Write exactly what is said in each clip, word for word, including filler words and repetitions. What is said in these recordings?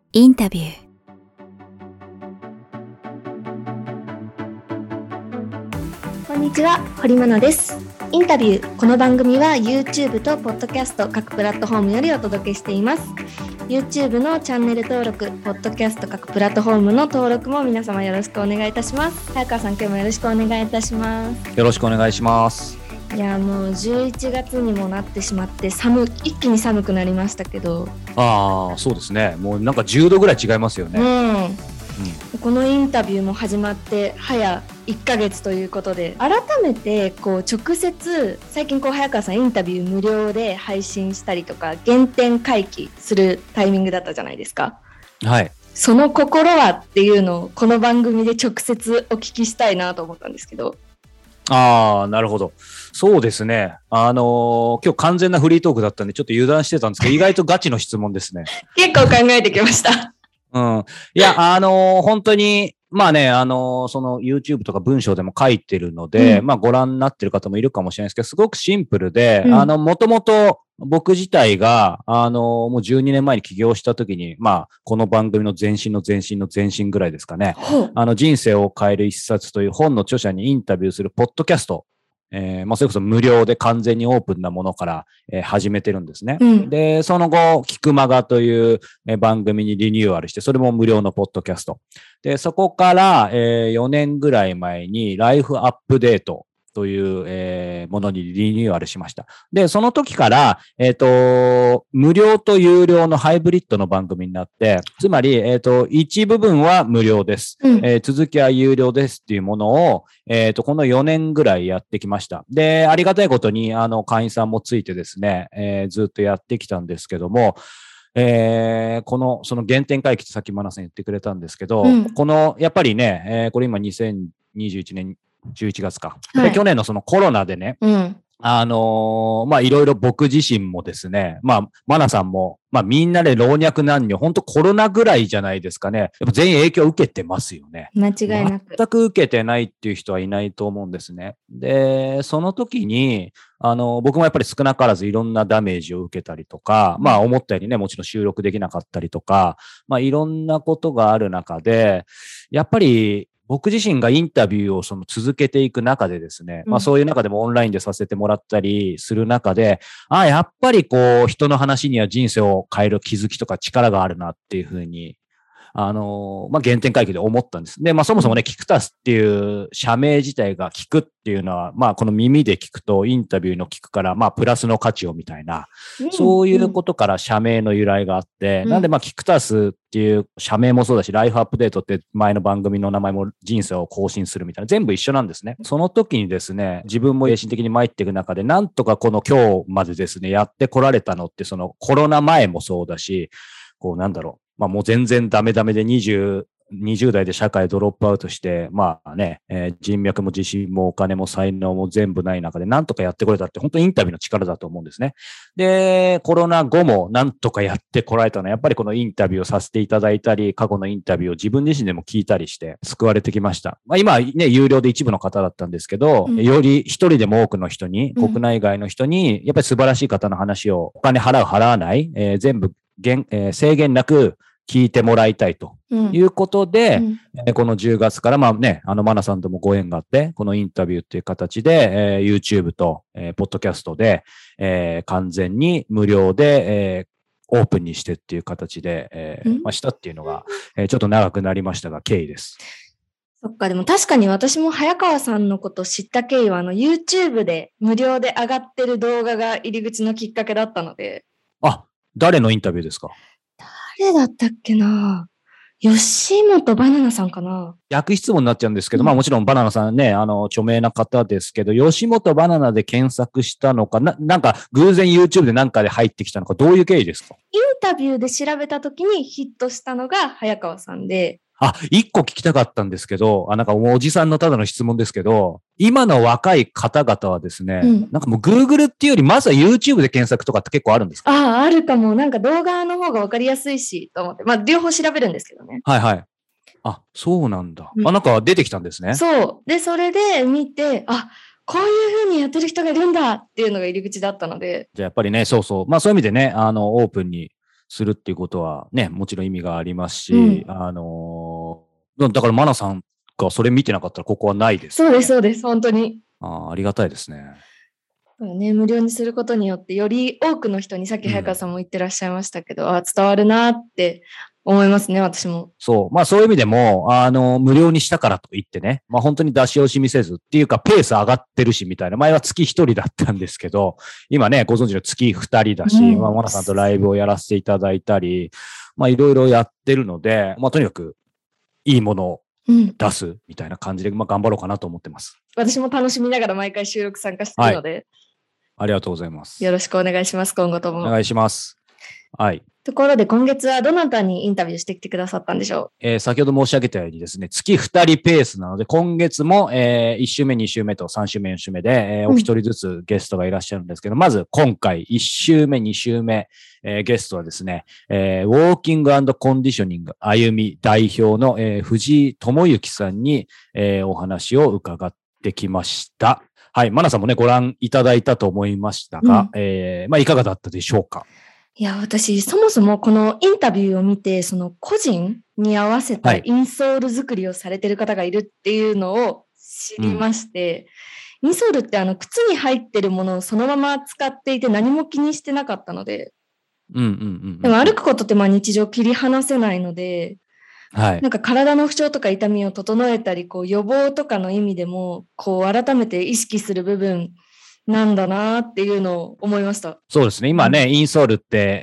インタビュー。 こんにちは、堀真奈です。インタビュー。この番組は YouTube と Podcast 各プラットフォームよりお届けしています。YouTube のチャンネル登録、Podcast 各プラットフォームの登録も皆様よろしくお願いいたします。早川さん、今日もよろしくお願いいたします。 よろしくお願いします。 いや、もうじゅういちがつにもなってしまって寒一気に寒くなりましたけど。 ああ、そうですね。もうなんかじゅうどぐらい違いますよね。 うんうん、このインタビューも始まって早いっかげつということで、改めてこう直接最近こう早川さんインタビュー無料で配信したりとか原点回帰するタイミングだったじゃないですか。 はい。 その心はっていうのをこの番組で直接お聞きしたいなと思ったんですけど。 ああ、なるほど。そうですね。あのー、今日完全なフリートークだったんでちょっと油断してたんですけど意外とガチの質問ですね。 結構考えてきましたうん。いや、あのー、本当に、まあね、あのー、その YouTube とか文章でも書いてるので、うん、まあご覧になってる方もいるかもしれないですけど、すごくシンプルで、うん、あの、もともと僕自体が、あのー、もうじゅうにねんまえに起業した時に、まあ、この番組の前身の前身の前身ぐらいですかね、あの、人生を変える一冊という本の著者にインタビューするポッドキャスト、えー、まあ、それこそ無料で完全にオープンなものから、えー、始めてるんですね。うん、で、その後、キクマガという、えー、番組にリニューアルして、それも無料のポッドキャスト。で、そこから、えー、よねんぐらい前にライフアップデートという、えー、ものにリニューアルしました。で、その時から、えっと、無料と有料のハイブリッドの番組になって、つまり、えっと、一部分は無料です。うん、えー、続きは有料ですっていうものを、えっと、このよねんぐらいやってきました。で、ありがたいことに、あの、会員さんもついてですね、えー、ずっとやってきたんですけども、えー、この、その原点回帰ってさっきマナさん言ってくれたんですけど、うん、この、やっぱりね、えー、これ今にせんにじゅういちねんじゅういちがつか。で、はい、去年のそのコロナでね、うん、あのー、まあ、いろいろ僕自身もですね、まあ、マナさんも、まあ、みんなで老若男女、本当コロナぐらいじゃないですかね。やっぱ全員影響を受けてますよね。 間違いなく。 全く受けてないっていう人はいないと思うんですね。で、その時に、あの、僕もやっぱり少なからずいろんなダメージを受けたりとか、うん、まあ、思ったようにね、もちろん収録できなかったりとか、まあ、いろんなことがある中で、やっぱり、僕自身がインタビューをその続けていく中でですね、うん、まあそういう中でもオンラインでさせてもらったりする中で、ああ、やっぱりこう人の話には人生を変える気づきとか力があるなっていうふうに、あの、まあ、原点回帰で思ったんです。で、まあ、そもそもね、キクタスっていう社名自体が聞くっていうのは、まあ、この耳で聞くとインタビューの聞くから、まあ、プラスの価値をみたいな、うん、そういうことから社名の由来があって、うん、なんで、まあ、キクタスっていう社名もそうだし、ライフアップデートって前の番組の名前も人生を更新するみたいな、全部一緒なんですね。その時にですね、自分も精神的に参っていく中で、なんとかこの今日までですね、やってこられたのって、そのコロナ前もそうだし、こうなんだろう、まあもう全然ダメダメでにじゅう、にじゅう代で社会ドロップアウトして、まあね、えー、人脈も自信もお金も才能も全部ない中でなんとかやってこれたって本当にインタビューの力だと思うんですね。で、コロナ後もなんとかやってこられたのはやっぱりこのインタビューをさせていただいたり、過去のインタビューを自分自身でも聞いたりして救われてきました。まあ今ね、有料で一部の方だったんですけど、うん、より一人でも多くの人に、国内外の人に、やっぱり素晴らしい方の話をお金払う払わない、えー、全部限、えー、制限なく聞いてもらいたいということで、うんうん、このじゅうがつから、まあね、あの、マナさんともご縁があって、このインタビューっていう形で、えー、YouTube と、えー、ポッドキャストで、えー、完全に無料で、えー、オープンにしてっていう形で、えー、まあ、したっていうのが、えー、ちょっと長くなりましたが、経緯です。 そっか、でも確かに私も早川さんのことを知った経緯は、あの、YouTube で無料で上がってる動画が入り口のきっかけだったので。 あ、誰のインタビューですか？ 誰だったっけな、吉本バナナさんかな。 逆質問になっちゃうんですけど、うん、まあもちろんバナナさんね、あの、著名な方ですけど、吉本バナナで検索したのかな、なんか偶然 YouTube でなんかで入ってきたのか、どういう経緯ですか？ インタビューで調べた時にヒットしたのが早川さんで。 あ、一個聞きたかったんですけど、あ、なんかおじさんのただの質問ですけど、今の若い方々はですね、うん、なんかもう Google っていうより、まずは YouTube で検索とかって結構あるんですか？ ああ、あるかも。なんか動画の方が分かりやすいし、と思って。まあ、両方調べるんですけどね。 はいはい。あ、そうなんだ。うん、あ、なんか出てきたんですね。 そう。で、それで見て、あ、こういう風にやってる人がいるんだっていうのが入り口だったので。 じゃあやっぱりね、そうそう。まあそういう意味でね、あの、オープンにするっていうことはね、もちろん意味がありますし、 うんあのーだからマナさんがそれ見てなかったらここはないです、 そうです、そうです、本当に。 あ。ありがたいですね。 ね、無料にすることによって、より多くの人に、さっき早川さんも言ってらっしゃいましたけど、うん、あ伝わるなって思いますね、私も。 そう。まあそういう意味でも、あの、無料にしたからといってね、まあ本当に出し惜しみせずっていうか、ペース上がってるしみたいな。前は月一人だったんですけど、今ね、ご存知の月二人だし、うん、まあ、モナさんとライブをやらせていただいたり、まあいろいろやってるので、まあとにかく、いいものを出すみたいな感じで、まあ頑張ろうかなと思ってます。 私も楽しみながら毎回収録参加してるので、はい、 ありがとうございます。 よろしくお願いします、今後とも。 お願いします。はい。 ところで今月はどなたにインタビューしてきてくださったんでしょう。 えー、先ほど申し上げたようにですね、月二人ペースなので、今月も、えー、いち週目、に週目とさん週目、よん週目で、えー、お一人ずつゲストがいらっしゃるんですけど、うん、まず今回いち週目、に週目、えー、ゲストはですね、えー、ウォーキング&コンディショニング歩み代表の、えー、藤井智之さんに、えー、お話を伺ってきました。はい、マナさんもね、ご覧いただいたと思いましたが、うん、えー、まあいかがだったでしょうか。 いや、私、そもそもこのインタビューを見て、その個人に合わせたインソール作りをされてる方がいるっていうのを知りまして、うん、インソールってあの靴に入ってるものをそのまま使っていて何も気にしてなかったので、 うんうんうんうん、 でも歩くことってまあ日常切り離せないので、はい、なんか体の不調とか痛みを整えたり、こう予防とかの意味でも、こう改めて意識する部分なんだなっていうのを思いました。 そうですね。今ね、うん、インソールって、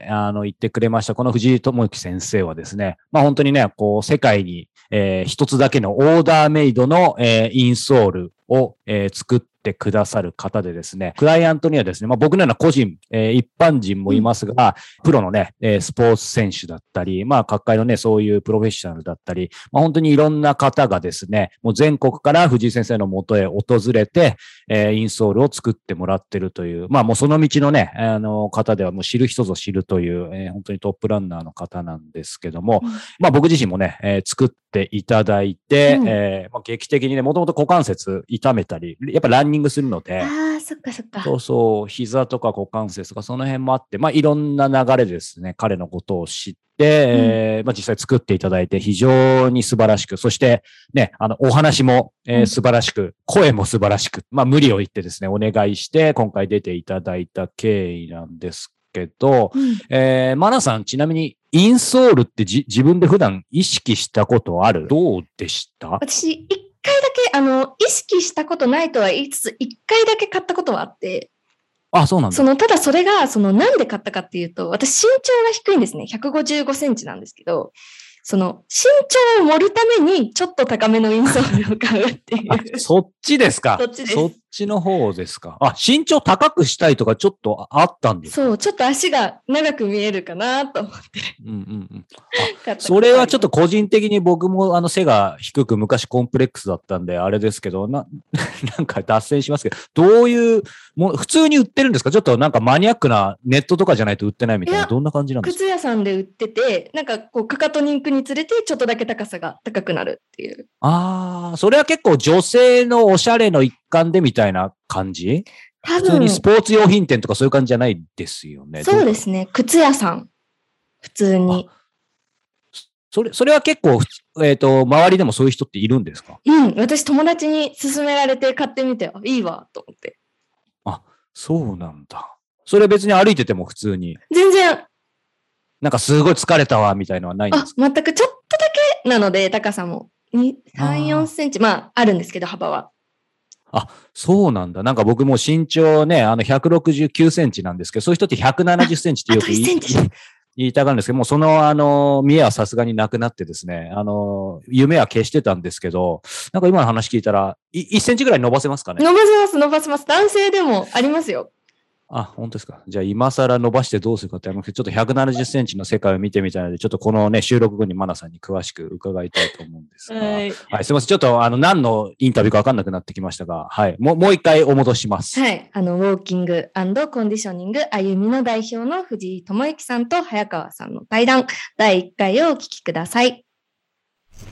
あの、言ってくれました。この藤井智之先生はですね、まあ本当にね、こう、世界に、えー、一つだけのオーダーメイドの、えー、インソールを、えー、作ってくださる方でですね、クライアントにはですね、まあ僕のような個人、えー、一般人もいますが、うん、プロのね、えー、スポーツ選手だったり、まあ各界のね、そういうプロフェッショナルだったり、まあ本当にいろんな方がですね、もう全国から藤井先生の元へ訪れて、えー、インソールを作ってもらってるという、まあもうその道のね、あの方ではもう知る人ぞ知るという、えー、本当にトップランナーの方なんですけども、うん、まあ僕自身もね、えー、作っていただいて、うんえーまあ、劇的にね、もともと股関節痛めたり、やっぱランニングするので、 ああ、そっかそっか。 そうそう、膝とか股関節とかその辺もあって、まあいろんな流れですね、彼のことを知って、で、うんえーまあ、実際作っていただいて非常に素晴らしく、そしてね、あの、お話も、えー、素晴らしく、うん、声も素晴らしく、まあ、無理を言ってですね、お願いして、今回出ていただいた経緯なんですけど、うん、えー、マナさん、ちなみに、インソールってじ自分で普段意識したことある？どうでした？ 私、一回だけ、あの、意識したことないとは言いつつ、一回だけ買ったことはあって、 あ、そうなんだ。 その、ただそれが、その、なんで買ったかっていうと、私身長が低いんですね。ひゃくごじゅうごセンチなんですけど、その、身長を盛るために、ちょっと高めのインソールを買うっていう。 そっちですか？ そっちです。 そっちの方ですか？あ、身長高くしたいとかちょっとあったんですか？ そう、ちょっと足が長く見えるかなと思って。 うんうんうん。あ、それはちょっと個人的に僕もあの背が低く昔コンプレックスだったんであれですけど、な、なんか脱線しますけど、どういう、もう普通に売ってるんですか？ちょっとなんかマニアックなネットとかじゃないと売ってないみたいな、どんな感じなんですか？ 靴屋さんで売ってて、なんかこうかかとに行くにつれてちょっとだけ高さが高くなるっていう。 ああ、それは結構女性のおしゃれの一環でみたいな感じ？ 多分普通にスポーツ用品店とかそういう感じじゃないですよね。 そうですね。靴屋さん。普通に。 それ、それは結構、えっと、周りでもそういう人っているんですか？ うん。私友達に勧められて買ってみて、あ、いいわ、と思って。 あ、そうなんだ。それ別に歩いてても普通に。 全然。 なんかすごい疲れたわ、みたいのはないんですか？ あ、全くちょっとだけなので、高さも。さん、よんセンチ。まあ、あるんですけど、幅は。 あ、そうなんだ。なんか僕も身長ね、あのひゃくろくじゅうきゅうセンチなんですけど、そういう人ってひゃくななじゅっセンチってよく言い、言いたがるんですけど、もうそのあの、見栄はさすがになくなってですね、あの、夢は消してたんですけど、なんか今の話聞いたら、いっセンチぐらい伸ばせますかね？ 伸ばせます、伸ばせます。男性でもありますよ。 あ、本当ですか。じゃあ今更伸ばしてどうするかってありますけど、ちょっとひゃくななじゅっセンチの世界を見てみたいので、ちょっとこのね、収録後にマナさんに詳しく伺いたいと思うんですが。はい。はい、すいません。ちょっとあの、何のインタビューかわかんなくなってきましたが、はい。もう、もう一回お戻しします。 はい。あの、ウォーキング&コンディショニング歩みの代表の藤井智之さんと早川さんの対談、だいいっかいをお聞きください。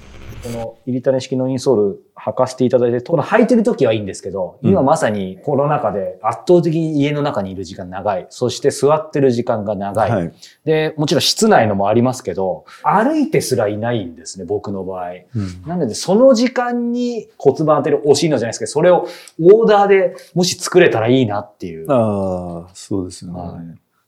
この入谷式のインソール履かせていただいて、この履いてる時はいいんですけど、今まさにコロナ禍で圧倒的に家の中にいる時間長い。そして座ってる時間が長い。はい、で、もちろん室内のもありますけど、歩いてすらいないんですね、僕の場合。うん、なので、その時間に骨盤当てるおしいのじゃないですけど、それをオーダーでもし作れたらいいなっていう。 ああ、そうですよね。はい、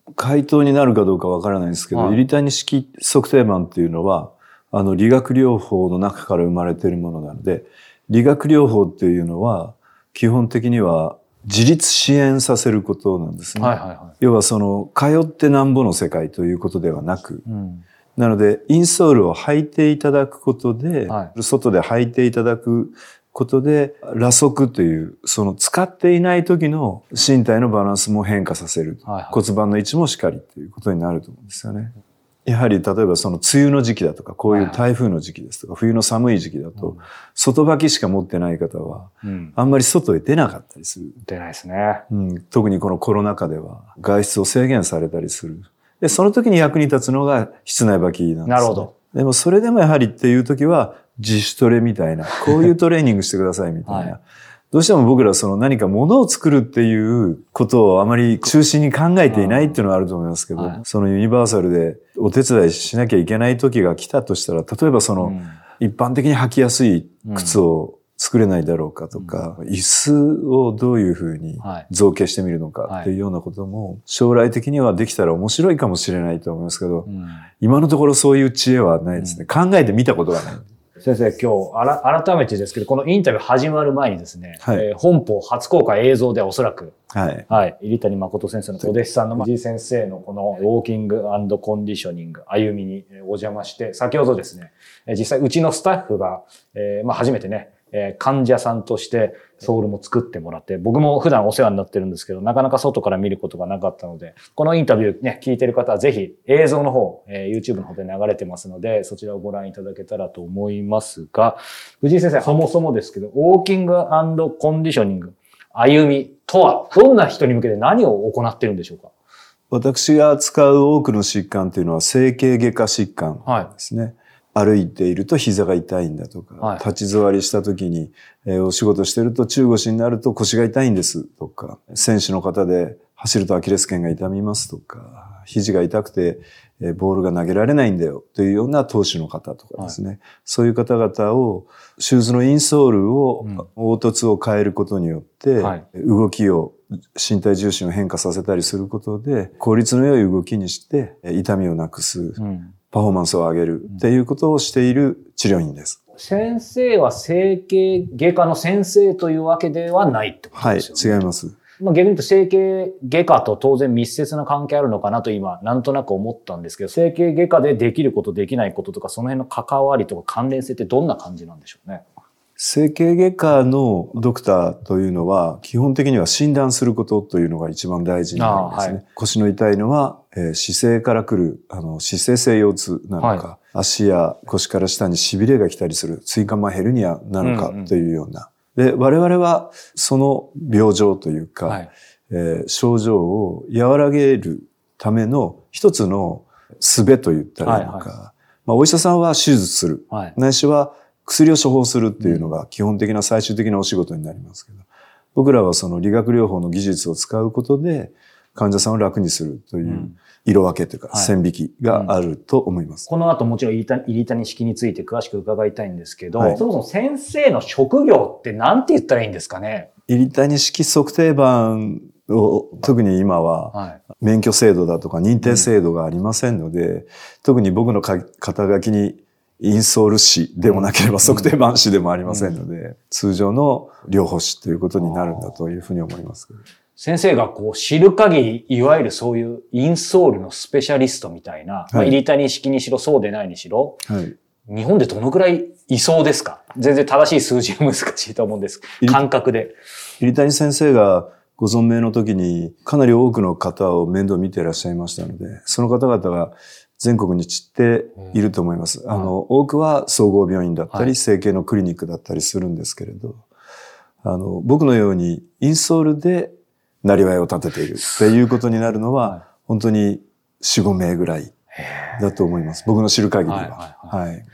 回答になるかどうかわからないんですけど、はい、入谷式測定板っていうのは、あの、理学療法の中から生まれているものなので、理学療法っていうのは、基本的には自立支援させることなんですね。はいはいはい、要はその、通ってなんぼの世界ということではなく、うん、なので、インソールを履いていただくことで、はい、外で履いていただくことで、裸足という、その使っていない時の身体のバランスも変化させる。はいはい、骨盤の位置もしっかりということになると思うんですよね。やはり例えばその梅雨の時期だとか、こういう台風の時期ですとか、冬の寒い時期だと、外履きしか持ってない方は、あんまり外へ出なかったりする。 出ないですね。 うん、特にこのコロナ禍では外出を制限されたりする。で、その時に役に立つのが室内履きなんです、ね。 なるほど。 でもそれでもやはりっていう時は、自主トレみたいな、こういうトレーニングしてくださいみたいな。はい、どうしても僕らその何か物を作るっていうことをあまり中心に考えていないっていうのはあると思いますけど、はい、そのユニバーサルでお手伝いしなきゃいけない時が来たとしたら、例えばその一般的に履きやすい靴を作れないだろうかとか、うん、椅子をどういうふうに造形してみるのかっていうようなことも将来的にはできたら面白いかもしれないと思いますけど、うん、今のところそういう知恵はないですね。うん、考えてみたことがない。 先生、今日あら、改めてですけど、このインタビュー始まる前にですね、はい、えー、本邦初公開映像でおそらく、はい。はい。入谷誠先生のお弟子さんの藤井先生のこのウォーキング&コンディショニング、歩みにお邪魔して、先ほどですね、実際うちのスタッフが、えー、まあ初めてね、えー、患者さんとしてソールも作ってもらって、僕も普段お世話になってるんですけど、なかなか外から見ることがなかったので、このインタビューね、聞いてる方はぜひ映像の方、えー、YouTube の方で流れてますので、そちらをご覧いただけたらと思いますが、藤井先生、そもそもですけど、ウォーキング&コンディショニング、歩みとは、どんな人に向けて何を行ってるんでしょうか？ 私が扱う多くの疾患というのは整形外科疾患ですね。はい、歩いていると膝が痛いんだとか、はい、立ち座りした時に、えー、お仕事してると中腰になると腰が痛いんですとか、選手の方で走るとアキレス腱が痛みますとか、肘が痛くて、えー、ボールが投げられないんだよというような投手の方とかですね、はい、そういう方々をシューズのインソールを、うん、凹凸を変えることによって、はい、動きを身体重心を変化させたりすることで効率の良い動きにして痛みをなくす、うん、パフォーマンスを上げるっていうことをしている治療院です。 先生は整形外科の先生というわけではないってことですよね。 はい、違います。 まあ、逆に言うと整形外科と当然密接な関係あるのかなと今なんとなく思ったんですけど、整形外科でできることできないこととかその辺の関わりとか関連性ってどんな感じなんでしょうね。 整形外科のドクターというのは基本的には診断することというのが一番大事になるんですね。はい、腰の痛いのは、えー、姿勢から来るあの姿勢性腰痛なのか、はい、足や腰から下に痺れが来たりする椎間板ヘルニアなのかというような、うんうん、で我々はその病状というか、はい、えー、症状を和らげるための一つの術と言ったらいいのか、はいはい、まあ、お医者さんは手術する、はい、ないしは薬を処方するっていうのが基本的な最終的なお仕事になりますけど、僕らはその理学療法の技術を使うことで患者さんを楽にするという色分けというか線引きがあると思います。 はい、うん、この後もちろん入谷式について詳しく伺いたいんですけど、はい、そもそも先生の職業って何て言ったらいいんですかね？ 入谷式測定板を特に今は免許制度だとか認定制度がありませんので、うん、特に僕の肩書きにインソール師でもなければ測定板師でもありませんので、うん、通常の療法士ということになるんだというふうに思います。 先生がこう知る限り、いわゆるそういうインソールのスペシャリストみたいな、はい、まあ、入谷式にしろそうでないにしろ、はい、日本でどのくらいいそうですか？全然正しい数字は難しいと思うんです。感覚で。 入谷先生がご存命の時にかなり多くの方を面倒見ていらっしゃいましたので、その方々が全国に散っていると思います。うん、あの、多くは総合病院だったり、はい、整形のクリニックだったりするんですけれど、あの、僕のようにインソールでなりわいを立てているっていうことになるのは、はい、本当によん、ご名ぐらいだと思います。僕の知る限りは。はいはいはいはい、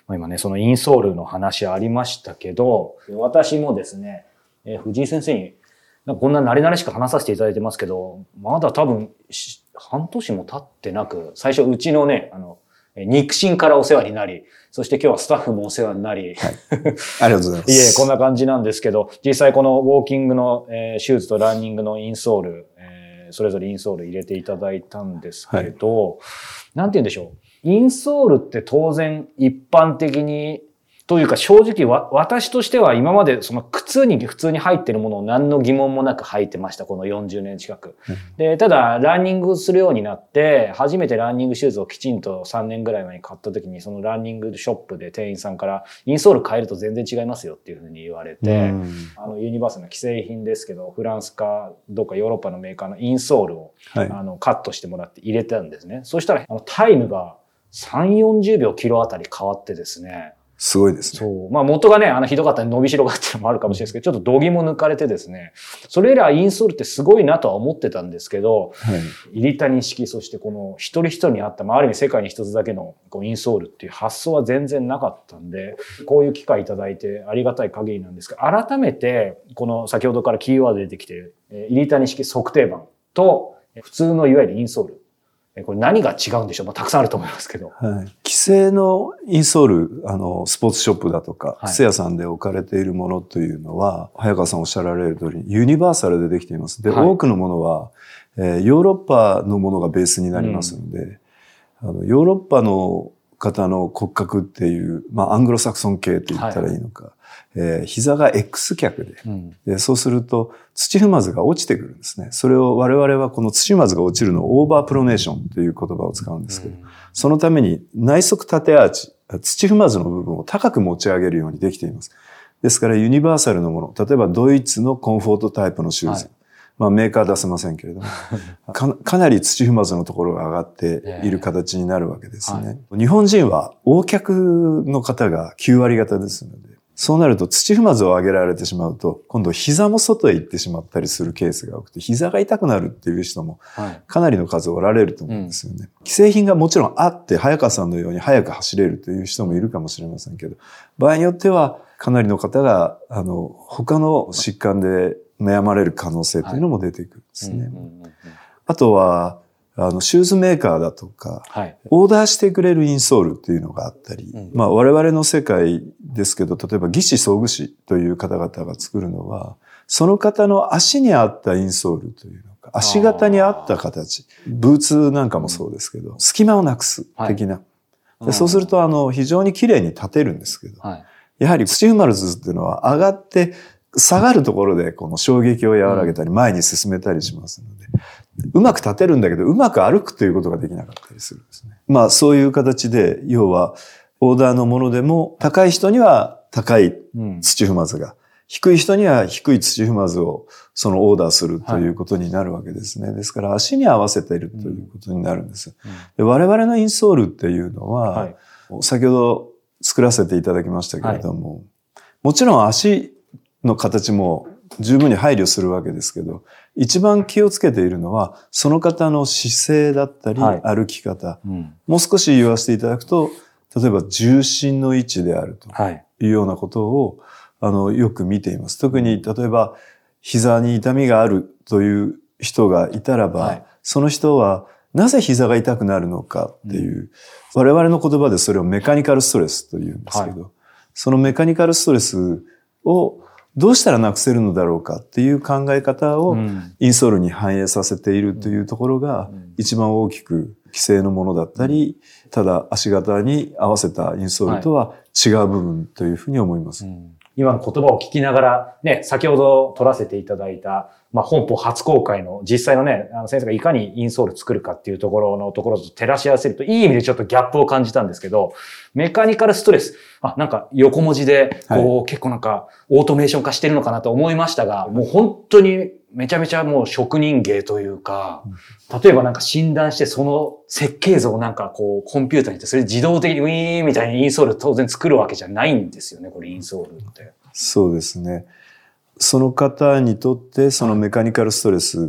今ね、そのインソールの話ありましたけど、私もですね、えー、藤井先生に、なんかこんな慣れ慣れしく話させていただいてますけど、まだ多分、半年も経ってなく、最初うちのね、あの、肉親からお世話になり、そして今日はスタッフもお世話になり、 はい、ありがとうございます。 いえ、こんな感じなんですけど、実際このウォーキングの、えー、シューズとランニングのインソール、えー、それぞれインソール入れていただいたんですけど、はい、なんて言うんでしょう。インソールって当然一般的に、というか正直わ、私としては今までその靴に普通に入ってるものを何の疑問もなく履いてました。このよんじゅうねん近く。で、ただランニングするようになって、初めてランニングシューズをきちんとさんねんぐらい前に買った時に、そのランニングショップで店員さんからインソール変えると全然違いますよっていうふうに言われて、あのユニバーサルの既製品ですけど、フランスかどっかヨーロッパのメーカーのインソールを、はい、あのカットしてもらって入れたんですね。そしたらあのタイムがさんじゅう、よんじゅうびょうキロあたり変わってですね。 すごいですね。 そう。まあ元がね、あのひどかった伸びしろがあってのもあるかもしれないですけど、ちょっと度肝抜かれてですね、それ以来インソールってすごいなとは思ってたんですけど、はい、入谷式、そしてこの一人一人にあった、まあある意味世界に一つだけのこうインソールっていう発想は全然なかったんで、こういう機会いただいてありがたい限りなんですが、改めてこの先ほどからキーワード出てきている、入谷式測定板と普通のいわゆるインソール。これ何が違うんでしょう、まあ、たくさんあると思いますけど。 はい。既製のインソール、あの、スポーツショップだとか、靴屋さんで置かれているものというのは、早川さんおっしゃられる通り、ユニバーサルでできています。で、はい、多くのものは、えー、ヨーロッパのものがベースになりますので、うん、あのヨーロッパの方の骨格っていう、まあ、アングロサクソン系って言ったらいいのか、はい、えー、膝が X 脚で、うん、で、そうすると土踏まずが落ちてくるんですね。それを我々はこの土踏まずが落ちるのをオーバープロネーションという言葉を使うんですけど、うん、そのために内側縦アーチ、土踏まずの部分を高く持ち上げるようにできています。ですからユニバーサルのもの、例えばドイツのコンフォートタイプのシューズ、はい、まあメーカー出せませんけれどもか、かなり土踏まずのところが上がっている形になるわけですね。はい、日本人は横脚の方がきゅうわり方ですので、そうなると土踏まずを上げられてしまうと、今度膝も外へ行ってしまったりするケースが多くて、膝が痛くなるっていう人もかなりの数おられると思うんですよね。はい、うん、既製品がもちろんあって、早川さんのように早く走れるという人もいるかもしれませんけど、場合によってはかなりの方が、あの、他の疾患で悩まれる可能性というのも出てくるんですね。あとは、あの、シューズメーカーだとか、はい、オーダーしてくれるインソールっていうのがあったり、うん、まあ我々の世界ですけど、例えば義肢装具士という方々が作るのは、その方の足に合ったインソールというのか、足型に合った形、ブーツなんかもそうですけど、うん、隙間をなくす的な。はい、でそうすると、あの、非常に綺麗に立てるんですけど、はい、やはり土踏まずっていうのは上がって下がるところでこの衝撃を和らげたり前に進めたりしますので、うまく立てるんだけど、うまく歩くということができなかったりするんですね。まあそういう形で、要はオーダーのものでも高い人には高い土踏まずが、うん、低い人には低い土踏まずをそのオーダーするということになるわけですね。はい、ですから足に合わせているということになるんです。うんうん、で我々のインソールっていうのは、はい、先ほど作らせていただきましたけれども、はい、もちろん足の形も十分に配慮するわけですけど、一番気をつけているのは、その方の姿勢だったり、歩き方、はい、うん。もう少し言わせていただくと、例えば重心の位置であるというようなことを、あの、よく見ています。特に、例えば、膝に痛みがあるという人がいたらば、はい、その人は、なぜ膝が痛くなるのかっていう、うん、我々の言葉でそれをメカニカルストレスというんですけど、はい、そのメカニカルストレスをどうしたらなくせるのだろうかっていう考え方をインソールに反映させているというところが一番大きく既製のものだったり、ただ足型に合わせたインソールとは違う部分というふうに思います。はい、うん、今の言葉を聞きながら、ね、先ほど撮らせていただいた、まあ、本邦初公開の実際のね、あの先生がいかにインソール作るかっていうところのところと照らし合わせると、いい意味でちょっとギャップを感じたんですけど、メカニカルストレス、あ、なんか横文字で、こう、はい、結構なんかオートメーション化してるのかなと思いましたが、もう本当にめちゃめちゃもう職人芸というか、例えばなんか診断してその設計図をなんかこうコンピューターにしてそれ自動的にウィーンみたいにインソール当然作るわけじゃないんですよね、これインソールって。そうですね。その方にとってそのメカニカルストレス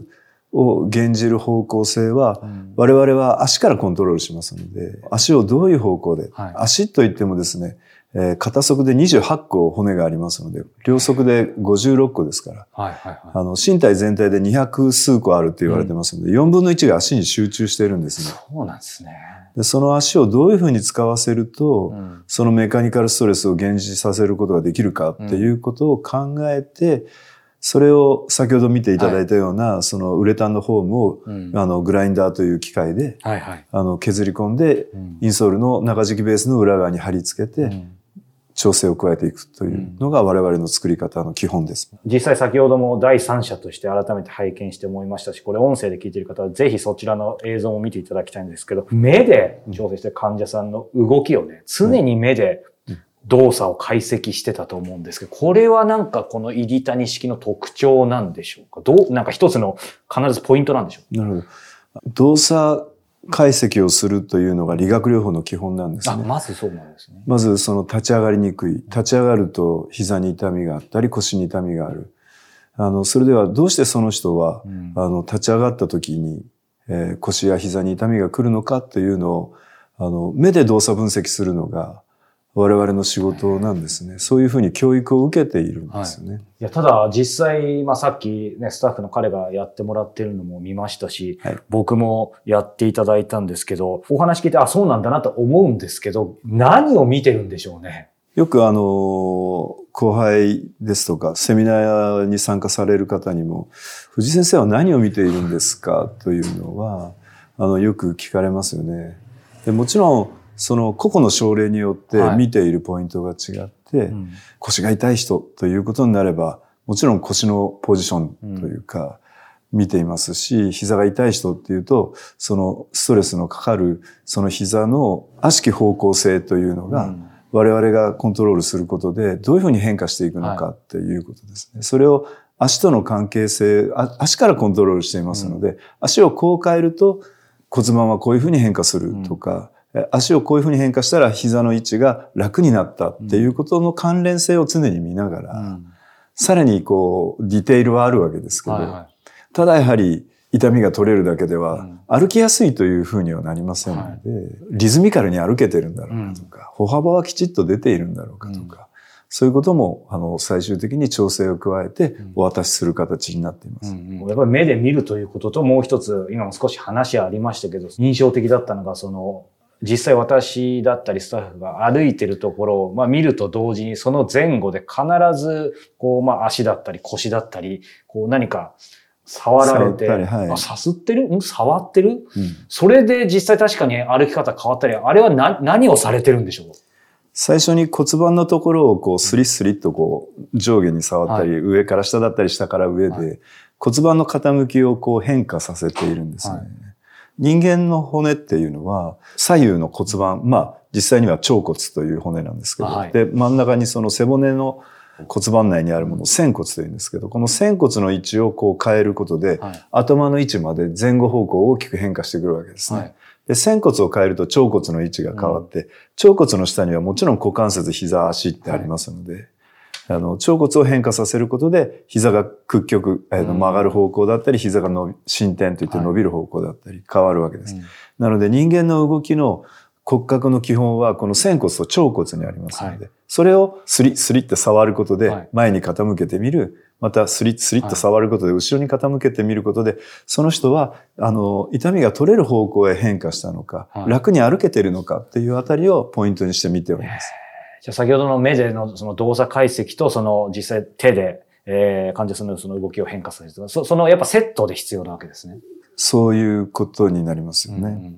を減じる方向性は、うん、我々は足からコントロールしますので、足をどういう方向で、はい、足といってもですね、えー、片側でにじゅうはっこ骨がありますので、両側でごじゅうろっこですから、はいはいはい、あの身体全体でにひゃく数個あるって言われてますので、うん、よんぶんのいちが足に集中しているんですね。 そうなんですね。 でその足をどういうふうに使わせると、うん、そのメカニカルストレスを減じさせることができるかっていうことを考えて、うんそれを先ほど見ていただいたような、はい、そのウレタンのフォームを、うん、あのグラインダーという機械で、はいはい、あの削り込んで、うん、インソールの中敷きベースの裏側に貼り付けて、うん、調整を加えていくというのが我々の作り方の基本です。 実際先ほども第三者として改めて拝見して思いましたし、これ音声で聞いている方はぜひそちらの映像を見ていただきたいんですけど、目で調整して患者さんの動きをね、常に目で、うん動作を解析してたと思うんですけど、これはなんかこの入谷式の特徴なんでしょうか？どう、なんか一つの必ずポイントなんでしょうか？ なるほど。動作解析をするというのが理学療法の基本なんですね。 あ、まずそうなんですね。 まずその立ち上がりにくい。立ち上がると膝に痛みがあったり腰に痛みがある。あの、それではどうしてその人は、うん、あの、立ち上がった時に、えー、腰や膝に痛みが来るのかというのを、あの、目で動作分析するのが、我々の仕事なんですね。そういうふうに教育を受けているんですよね。はい、いや、ただ実際、まあさっきね、スタッフの彼がやってもらってるのも見ましたし、はい、僕もやっていただいたんですけど、お話聞いて、あ、そうなんだなと思うんですけど、何を見てるんでしょうね。 よくあの、後輩ですとか、セミナーに参加される方にも、藤井先生は何を見ているんですかというのは、あの、よく聞かれますよね。でもちろん、その個々の症例によって見ているポイントが違って、はいうん、腰が痛い人ということになれば、もちろん腰のポジションというか、見ていますし、うん、膝が痛い人っていうと、そのストレスのかかる、その膝の悪しき方向性というのが、我々がコントロールすることで、どういうふうに変化していくのかっていうことですね。はい、それを足との関係性、足からコントロールしていますので、うん、足をこう変えると骨盤はこういうふうに変化するとか、うん足をこういうふうに変化したら膝の位置が楽になったっていうことの関連性を常に見ながら、うん、さらにこうディテールはあるわけですけど、はいはい、ただやはり痛みが取れるだけでは歩きやすいというふうにはなりませんので、はい、リズミカルに歩けてるんだろうかとか、うん、歩幅はきちっと出ているんだろうかとか、うん、そういうこともあの最終的に調整を加えてお渡しする形になっています。 うんうん、やっぱり目で見るということと、もう一つ今も少し話ありましたけど、印象的だったのがその実際私だったりスタッフが歩いてるところを、まあ見ると同時にその前後で必ずこうまあ足だったり腰だったりこう何か触られて、はい、あ、さすってるん触ってる、うん、それで実際確かに歩き方変わったり、あれは何、何をされてるんでしょう？ 最初に骨盤のところをこうスリスリっとこう上下に触ったり、はい、上から下だったり下から上で、はい、骨盤の傾きをこう変化させているんですね。はい、人間の骨っていうのは左右の骨盤、まあ実際には腸骨という骨なんですけど、はい、で真ん中にその背骨の骨盤内にあるものを仙骨というんですけど、この仙骨の位置をこう変えることで、はい、頭の位置まで前後方向大きく変化してくるわけですね。はい、で仙骨を変えると腸骨の位置が変わって、うん、腸骨の下にはもちろん股関節、膝、足ってありますので、はい、あの腸骨を変化させることで膝が屈曲、えー、曲がる方向だったり、膝が伸び伸展といって伸びる方向だったり変わるわけです。はい、なので人間の動きの骨格の基本はこの仙骨と腸骨にありますので、はい、それをスリスリって触ることで前に傾けてみる、またスリスリっと触ることで後ろに傾けてみることで、その人はあの痛みが取れる方向へ変化したのか、はい、楽に歩けているのかっていうあたりをポイントにして見ております。 じゃあ先ほどの目でのその動作解析とその実際手で、えー、患者さんのその動きを変化させる、そ, そのやっぱセットで必要なわけですね。 そういうことになりますよね。うんうんうん、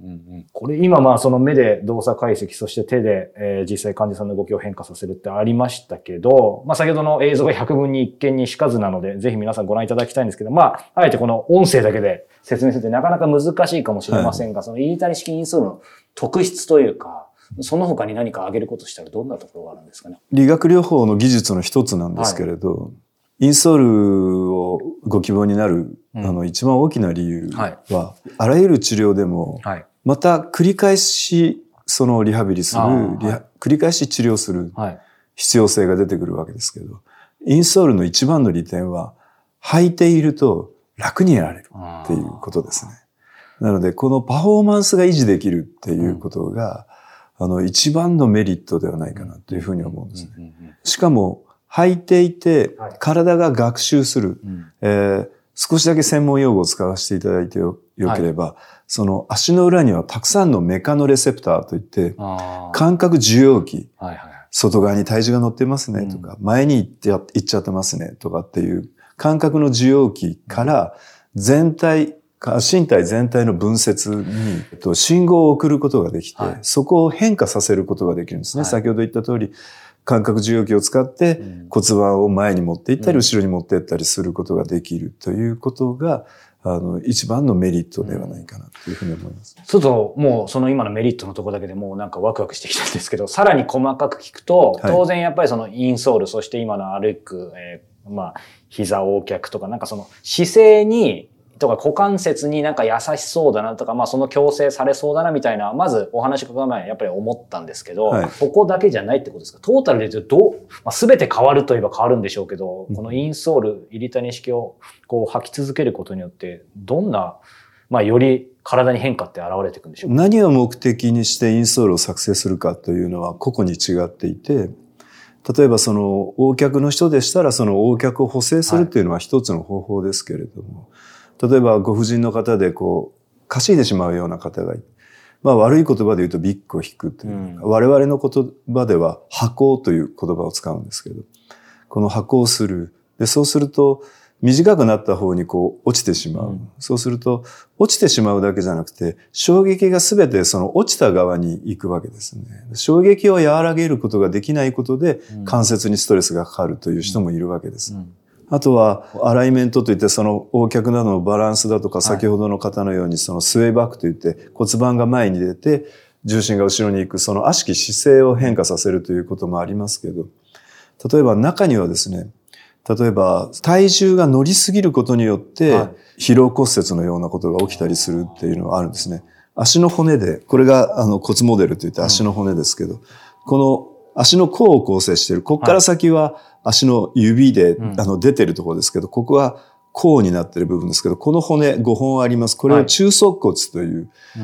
これ今まあその目で動作解析、そして手で、えー、実際患者さんの動きを変化させるってありましたけど、まあ先ほどの映像が百分に一見にしかずなので、ぜひ皆さんご覧いただきたいんですけど、まあ、あえてこの音声だけで説明するってなかなか難しいかもしれませんが、はい、その入谷式インソールの特質というか、その他に何か挙げることしたらどんなところがあるんですかね。 理学療法の技術の一つなんですけれど、はい、インソールをご希望になる、うん、あの一番大きな理由は、はい、あらゆる治療でも、はい、また繰り返しそのリハビリする、リハ繰り返し治療する必要性が出てくるわけですけど、インソールの一番の利点は、履いていると楽にやられるっていうことですね。なので、このパフォーマンスが維持できるっていうことが、うん、あの、一番のメリットではないかなというふうに思うんですね。しかも、履いていて、体が学習する、うん、えー、少しだけ専門用語を使わせていただいてよければ、はい、その足の裏にはたくさんのメカノレセプターといって、感覚受容器、はいはい、外側に体重が乗ってますねとか、うん、前に行って行っちゃってますねとかっていう感覚の受容器から全体、身体全体の分節に信号を送ることができて、はい、そこを変化させることができるんですね。はい、先ほど言った通り、感覚受容器を使って骨盤を前に持っていったり、後ろに持っていったりすることができるということが、あの、一番のメリットではないかなというふうに思います。 ちょっともうその今のメリットのところだけでもうなんかワクワクしてきたんですけど、さらに細かく聞くと、当然やっぱりそのインソール、そして今の歩く、えー、まあ、膝横脚とかなんかその姿勢に、とか股関節になんか優しそうだなとか、まあその矯正されそうだなみたいな、まずお話伺う前にやっぱり思ったんですけど、はい、ここだけじゃないってことですか？トータルで言うとどう、まあ、全て変わるといえば変わるんでしょうけど、うん、このインソール、入谷式をこう履き続けることによって、どんな、まあより体に変化って現れていくんでしょうか？ 何を目的にしてインソールを作成するかというのは個々に違っていて、例えばその横脚の人でしたらその横脚を補正するっていうのは一つの方法ですけれども、はい、例えばご婦人の方でこう、かしいでしまうような方がいる。まあ悪い言葉で言うとビッグを引くという、うん、我々の言葉では跛行という言葉を使うんですけど、この跛行する。で、そうすると短くなった方にこう落ちてしまう。うん、そうすると落ちてしまうだけじゃなくて、衝撃がすべてその落ちた側に行くわけですね。衝撃を和らげることができないことで関節にストレスがかかるという人もいるわけです。うんうん、あとは、アライメントといって、その横脚などのバランスだとか、先ほどの方のように、そのスウェイバックといって、骨盤が前に出て、重心が後ろに行く、その悪しき姿勢を変化させるということもありますけど、例えば中にはですね、例えば体重が乗りすぎることによって、疲労骨折のようなことが起きたりするっていうのがあるんですね。足の骨で、これがあの骨モデルといって足の骨ですけど、この足の甲を構成している、ここから先は、足の指で、うん、あの出てるところですけど、ここは甲になってる部分ですけど、この骨ごほんあります。これを中足骨という、はい、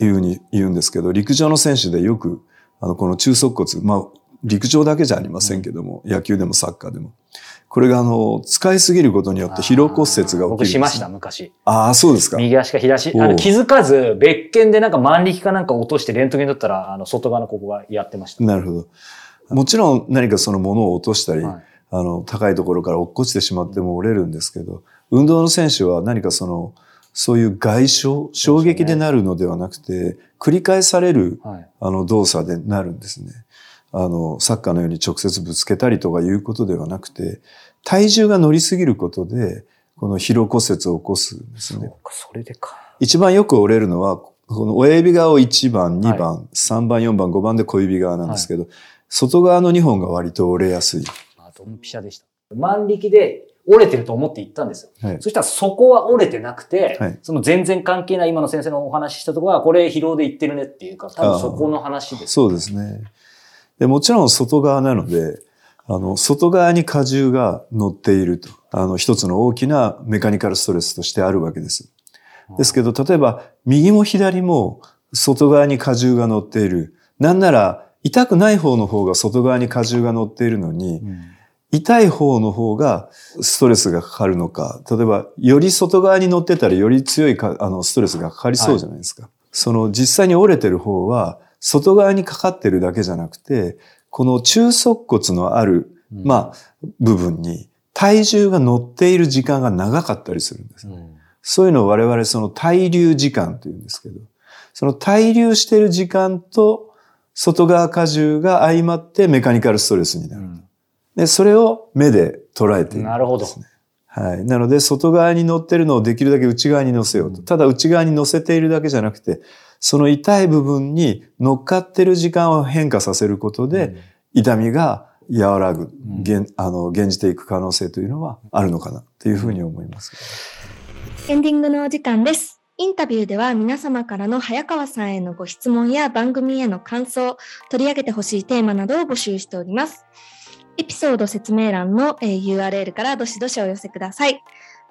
いうふうに言うんですけど、陸上の選手でよく、あの、この中足骨、まあ、陸上だけじゃありませんけども、うん、野球でもサッカーでも。これがあの、使いすぎることによって疲労骨折が起きるんです、ね。 僕しました、昔。 ああ、そうですか。 右足か左足。あの、気づかず、別件でなんか万力かなんか落としてレントゲンだったら、あの、外側のここがやってました。 なるほど。もちろん何かそのものを落としたり、はい、あの、高いところから落っこちてしまっても折れるんですけど、運動の選手は何かその、そういう外傷、衝撃でなるのではなくて、繰り返される、はい、あの、動作でなるんですね。あの、サッカーのように直接ぶつけたりとかいうことではなくて、体重が乗りすぎることで、この疲労骨折を起こすんですね。 そうか、それでか。 一番よく折れるのは、この親指側をいちばん、にばん、はい、さんばん、よんばん、ごばんで小指側なんですけど、はい、外側のにほんが割と折れやすい。 あ、ドンピシャでした。万力で折れてると思って行ったんですよ。はい、そしたらそこは折れてなくて、はい、その全然関係ない今の先生のお話ししたところは、これ疲労で言ってるねっていうか、多分そこの話です。 そうですね。で、もちろん外側なので、あの、外側に荷重が乗っていると。あの、一つの大きなメカニカルストレスとしてあるわけです。ですけど、例えば、右も左も外側に荷重が乗っている。なんなら、痛くない方の方が外側に荷重が乗っているのに、うん、痛い方の方がストレスがかかるのか。例えば、より外側に乗ってたらより強いかあのストレスがかかりそうじゃないですか。はい、その実際に折れてる方は、外側にかかってるだけじゃなくて、この中足骨のある、うん、まあ、部分に体重が乗っている時間が長かったりするんです、ね。うん、そういうのを我々その滞留時間というんですけど、その滞留している時間と外側荷重が相まってメカニカルストレスになる。うん、で、それを目で捉えているんです、ね。なるほど。はい。なので、外側に乗ってるのをできるだけ内側に乗せようと。うん、ただ内側に乗せているだけじゃなくて、その痛い部分に乗っかってる時間を変化させることで、うん、痛みが和らぐ、うん、あの、現じていく可能性というのはあるのかなというふうに思います。 エンディングのお時間です。インタビューでは皆様からの早川さんへのご質問や番組への感想、取り上げてほしいテーマなどを募集しております。エピソード説明欄の ユーアールエル からどしどしお寄せください。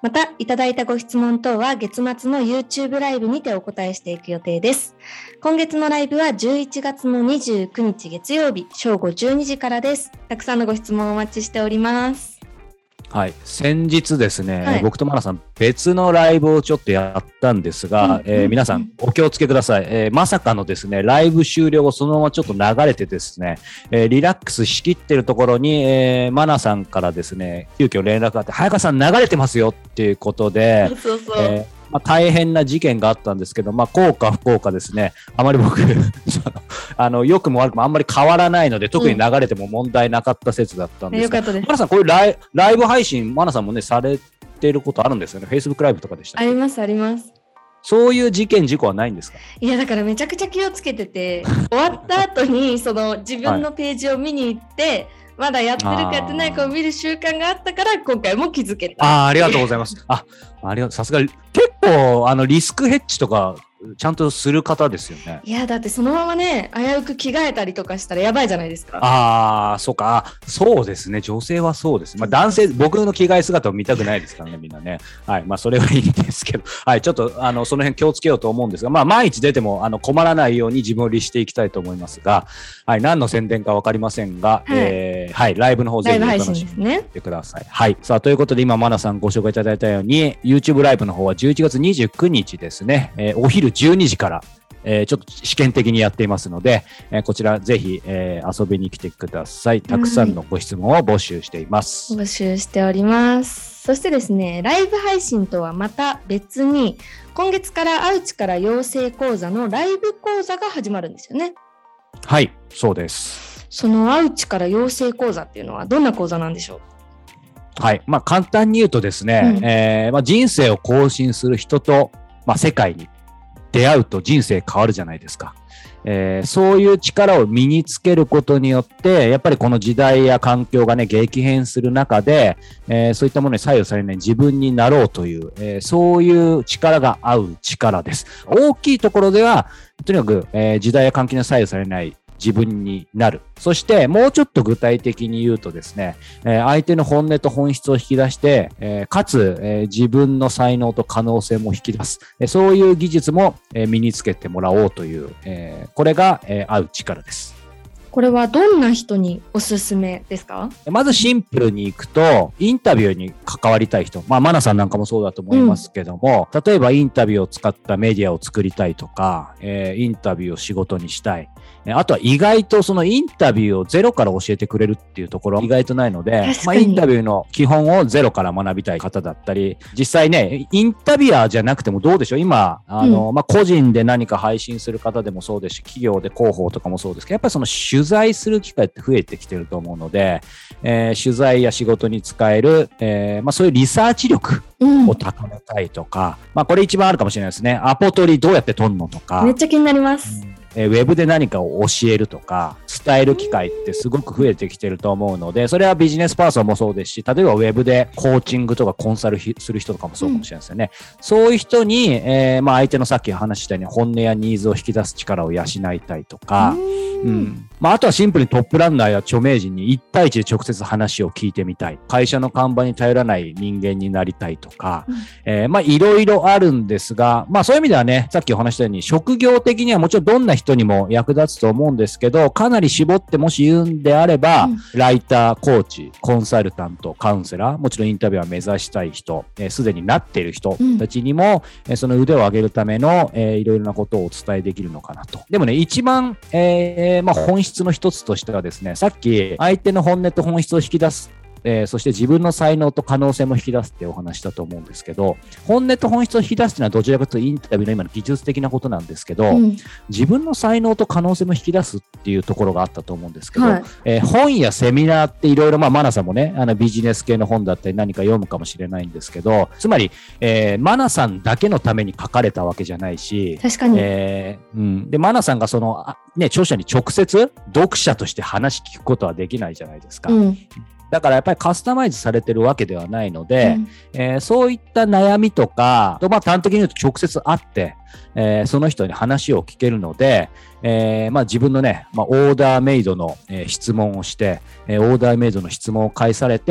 また、いただいたご質問等は月末の YouTube ライブにてお答えしていく予定です。今月のライブはじゅういちがつのにじゅうくにち月曜日、正午じゅうにじからです。たくさんのご質問をお待ちしております。 はい、先日ですね、 はい、 僕とマナさん別のライブをちょっとやったんですが、うんえー、皆さんお気をつけください、えー、まさかのですねライブ終了後そのままちょっと流れてですね、えー、リラックスしきってるところに、えー、マナさんからですね急遽連絡があって早川さん流れてますよっていうことでそうそう、 えーまあ、大変な事件があったんですけど、まあ、効か不効かですね、あまり僕あの良くも悪くもあんまり変わらないので、特に流れても問題なかった説だったんですが、うん、マナさん、こういうライ、ライブ配信、マナさんもね、されていることあるんですよね。Facebook ライブとかでしたっけ？ あります、あります。 そういう事件、事故はないんですか？ いや、だからめちゃくちゃ気をつけてて、終わった後にその自分のページを見に行って、はいまだやってるかやってないかを見る習慣があったから今回も気づけた。 ああ、ありがとうございます。あ、ありがとう。さすが結構あのリスクヘッジとかちゃんとする方ですよね。 いやだってそのままね危うく着替えたりとかしたらやばいじゃないですか。 ああ、そうか。そうですね。女性はそうです。まあ男性僕の着替え姿を見たくないですからねみんなね。はい。まあそれはいいんですけど、はい。ちょっとあのその辺気をつけようと思うんですが、まあ毎日出てもあの困らないように自分を律していきたいと思いますが、はい。何の宣伝かわかりませんが、はい、えー、はい。ライブの方ぜひお楽しみにしてください。ね、はい。さあということで今マナさんご紹介いただいたように YouTube ライブの方はじゅういちがつにじゅうくにちですね。えー、お昼じゅうにじから。えー、ちょっと試験的にやっていますので、えー、こちらぜひ、えー、遊びに来てください。たくさんのご質問を募集しています。 募集しております。そしてですね、ライブ配信とはまた別に、今月からアウチから養成講座のライブ講座が始まるんですよね。 はい、そうです。 そのアウチから養成講座っていうのはどんな講座なんでしょう？ はい、まあ簡単に言うとですね、うんえーまあ、人生を更新する人と、まあ、世界に出会うと人生変わるじゃないですか、えー、そういう力を身につけることによってやっぱりこの時代や環境がね激変する中で、えー、そういったものに左右されない自分になろうという、えー、そういう力が合う力です。大きいところではとにかく、えー、時代や環境に左右されない自分になる。そしてもうちょっと具体的に言うとですね、えー、相手の本音と本質を引き出して、えー、かつ、えー、自分の才能と可能性も引き出す、えー、そういう技術も、えー、身につけてもらおうという、えー、これが、えー、合う力です。 これはどんな人におすすめですか？ まずシンプルにいくと、インタビューに関わりたい人、まあ、マナさんなんかもそうだと思いますけども、うん、例えばインタビューを使ったメディアを作りたいとか、えー、インタビューを仕事にしたい。あとは意外とそのインタビューをゼロから教えてくれるっていうところ意外とないので、まあ、インタビューの基本をゼロから学びたい方だったり、実際ね、インタビュアーじゃなくてもどうでしょう？今、あの、うん、まあ、個人で何か配信する方でもそうですし、企業で広報とかもそうですけど、やっぱりその取材する機会って増えてきてると思うので、えー、取材や仕事に使える、えー、まあ、そういうリサーチ力を高めたいとか、うん、まあ、これ一番あるかもしれないですね。アポ取りどうやって取るのとか。 めっちゃ気になります。 うんウェブで何かを教えるとか伝える機会ってすごく増えてきてると思うので、それはビジネスパーソンもそうですし、例えばウェブでコーチングとかコンサルする人とかもそうかもしれないですよね、うん、そういう人に、えーまあ、相手のさっき話したように本音やニーズを引き出す力を養いたいとか、うんまあ、あとはシンプルにトップランナーや著名人にいち対いちで直接話を聞いてみたい、会社の看板に頼らない人間になりたいとか、うんえー、まあいろいろあるんですが、まあそういう意味ではね、さっきお話したように職業的にはもちろんどんな人にも役立つと思うんですけど、かなり絞ってもし言うんであれば、うん、ライター、コーチ、コンサルタント、カウンセラー、もちろんインタビュアーを目指したい人、す、えー、で、になっている人たちにも、うん、その腕を上げるための、えー、いろいろなことをお伝えできるのかなと。でもね、一番、えーまあ、本質の一つとしてはですね、さっき相手の本音と本質を引き出す、えー、そして自分の才能と可能性も引き出すってお話だと思うんですけど、本音と本質を引き出すっていうのはどちらかというとインタビューの今の技術的なことなんですけど、うん、自分の才能と可能性も引き出すっていうところがあったと思うんですけど、はい、えー、本やセミナーっていろいろ、まあマナさんもね、あのビジネス系の本だったり何か読むかもしれないんですけど、つまり、えー、マナさんだけのために書かれたわけじゃないし、 確かに、 えーうん、でマナさんがそのね著者に直接読者として話聞くことはできないじゃないですか。うん、だからやっぱりカスタマイズされてるわけではないので、うんえー、そういった悩みとか、まあ、端的に言うと直接会って、えー、その人に話を聞けるので、えーまあ、自分のね、まあ、オーダーメイドの、えー、質問をして、えー、オーダーメイドの質問を返されて、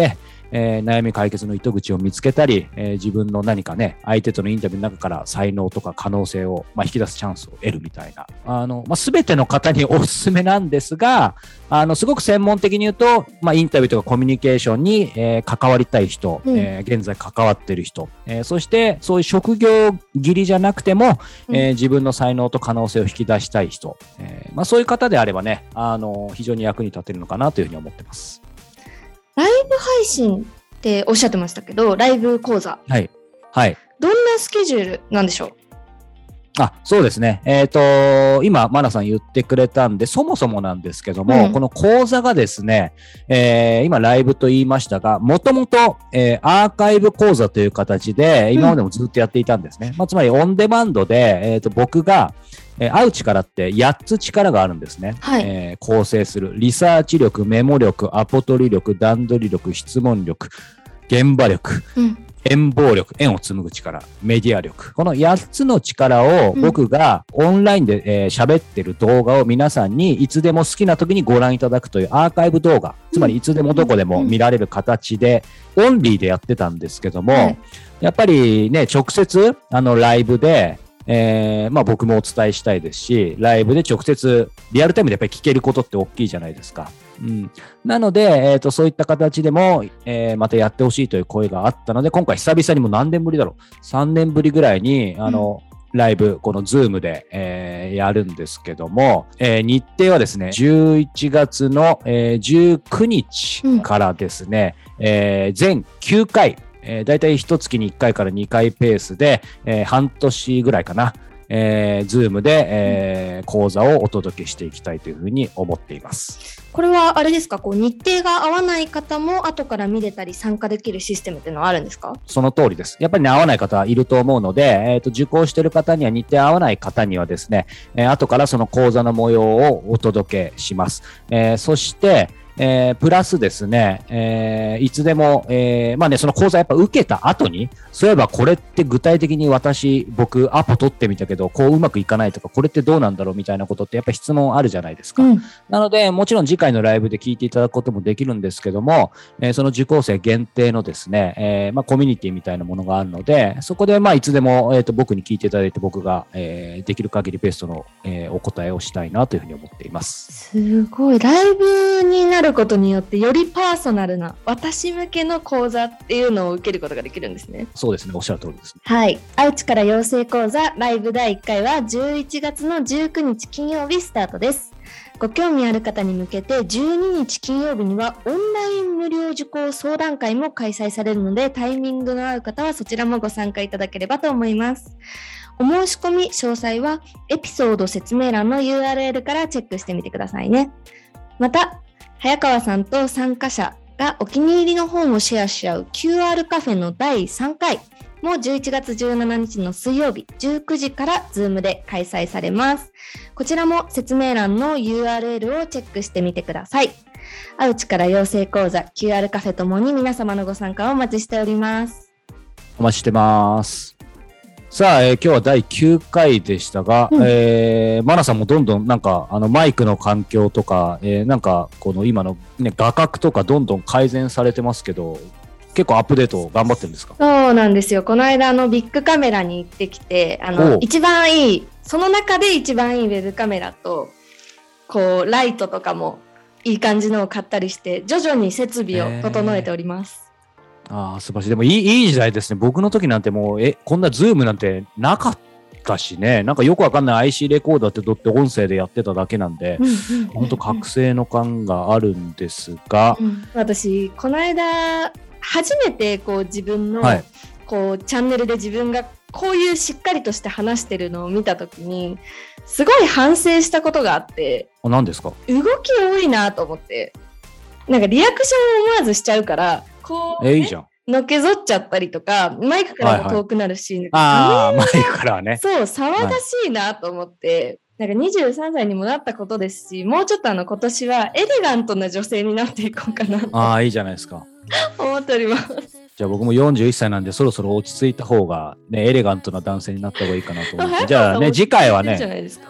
えー、悩み解決の糸口を見つけたり、えー、自分の何かね、相手とのインタビューの中から才能とか可能性を、まあ、引き出すチャンスを得るみたいな、あの、まあ、全ての方におすすめなんですが、あの、すごく専門的に言うと、まあ、インタビューとかコミュニケーションに、えー、関わりたい人、うん、えー、現在関わってる人、えー、そしてそういう職業切りじゃなくても、うん、えー、自分の才能と可能性を引き出したい人、えーまあ、そういう方であればね、あの非常に役に立てるのかなというふうに思ってます。 ライブ配信っておっしゃってましたけど、ライブ講座、 はいはい、 どんなスケジュールなんでしょう？ あ、そうですね。えっと、今、マナさん言ってくれたんで、そもそもなんですけども、うん、この講座がですね、えー、今ライブと言いましたが、もともと、えー、アーカイブ講座という形で、今までもずっとやっていたんですね。うん、まあ、つまり、オンデマンドで、えーと、僕が、えー、会う力ってやっつ力があるんですね。はい、えー、構成する。リサーチ力、メモ力、アポ取り力、段取り力、質問力、現場力。うん、縁傍力、縁を紡ぐ力、メディア力。このやっつの力を僕がオンラインで、えー、喋ってる動画を皆さんにいつでも好きな時にご覧いただくというアーカイブ動画、つまりいつでもどこでも見られる形でオンリーでやってたんですけども、やっぱりね、直接あのライブでえー、まあ僕もお伝えしたいですし、ライブで直接リアルタイムでやっぱり聞けることって大きいじゃないですか。うん、なので、えーと、そういった形でも、えー、またやってほしいという声があったので、今回久々にも何年ぶりだろう、さんねんぶりぐらいにあの、うん、ライブこの Zoom で、えー、やるんですけども、えー、日程はですねじゅういちがつの、えー、じゅうくにちからですね、うん、えー、全きゅうかい、えー、だいたいいっかげつにいっかいからにかいペースで、えー、半年ぐらいかな、えー、Zoom で、えー、講座をお届けしていきたいというふうに思っています。 これはあれですか、こう日程が合わない方も後から見れたり参加できるシステムっていうのはあるんですか？ その通りです。やっぱりね、合わない方いると思うので、えーと、受講している方には日程合わない方にはですね、えー、後からその講座の模様をお届けします。えー、そしてえー、プラスですね、えー、いつでも、えー、まあね、その講座やっぱ受けた後に、そういえばこれって具体的に私、僕、アポ取ってみたけど、こううまくいかないとか、これってどうなんだろうみたいなことってやっぱり質問あるじゃないですか。うん、なので、もちろん次回のライブで聞いていただくこともできるんですけども、えー、その受講生限定のですね、えー、まあコミュニティみたいなものがあるので、そこでまあいつでも、えーと、僕に聞いていただいて、僕が、えー、できる限りベストの、えー、お答えをしたいなというふうに思っています。 すごい。ライブになることによってよりパーソナルな私向けの講座っていうのを受けることができるんですね。 そうですね、おっしゃる通りです、ね。 はい。アウチから養成講座ライブだいいっかいはじゅういちがつのじゅうくにち金曜日スタートです。ご興味ある方に向けてじゅうににち金曜日にはオンライン無料受講相談会も開催されるので、タイミングの合う方はそちらもご参加いただければと思います。お申し込み詳細はエピソード説明欄の ユーアールエル からチェックしてみてくださいね。また、早川さんと参加者がお気に入りの本をシェアし合う キューアール カフェのだいさんかいもじゅういちがつじゅうしちにちの水曜日じゅうくじから Zoom で開催されます。こちらも説明欄の ユーアールエル をチェックしてみてください。アウチから養成講座 キューアール カフェともに皆様のご参加をお待ちしております。 お待ちしてます。さあ、えー、今日はだいきゅうかいでしたが、うん、えー、マナさんもどんどんなんかあのマイクの環境とか、えー、なんかこの今の、ね、画角とかどんどん改善されてますけど、結構アップデート頑張ってるんですか？ そうなんですよ。この間あのビッグカメラに行ってきて、あの一番いい、その中で一番いいウェブカメラとこうライトとかもいい感じのを買ったりして、徐々に設備を整えております。 ああ、素晴らしい。でもいい、いい時代ですね。僕の時なんてもう、え、こんなズームなんてなかったしね。なんかよくわかんない アイシー レコーダーってどって音声でやってただけなんで、本当覚醒の感があるんですが。 うん、私、この間、初めてこう自分の、はい、こうチャンネルで自分がこういうしっかりとして話してるのを見たときに、すごい反省したことがあって。 あ、何ですか？ 動き多いなと思って。なんかリアクションを思わずしちゃうから、こう、ね、 えいいじゃん。 のけぞっちゃったりとか、マイクからも遠くなるし、はいはい、 ああ、マイクからはね。 そう、騒がしいなと思って、はい、なんかにじゅうさんさいにもなったことですし、もうちょっとあの今年はエレガントな女性になっていこうかなと。 ああ、いいじゃないですか。 思っております。 じゃあ僕もよんじゅういっさいなんでそろそろ落ち着いた方が、ね、エレガントな男性になった方がいいかなと思って。じゃあね、次回はね、うん、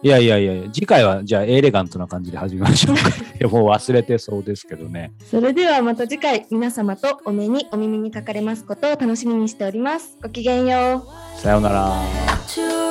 いやいやいや、次回はじゃあエレガントな感じで始めましょうか。いやもう忘れてそうですけどね。 それではまた次回皆様とお目にお耳にかかれますことを楽しみにしております。ごきげんよう。 さようなら。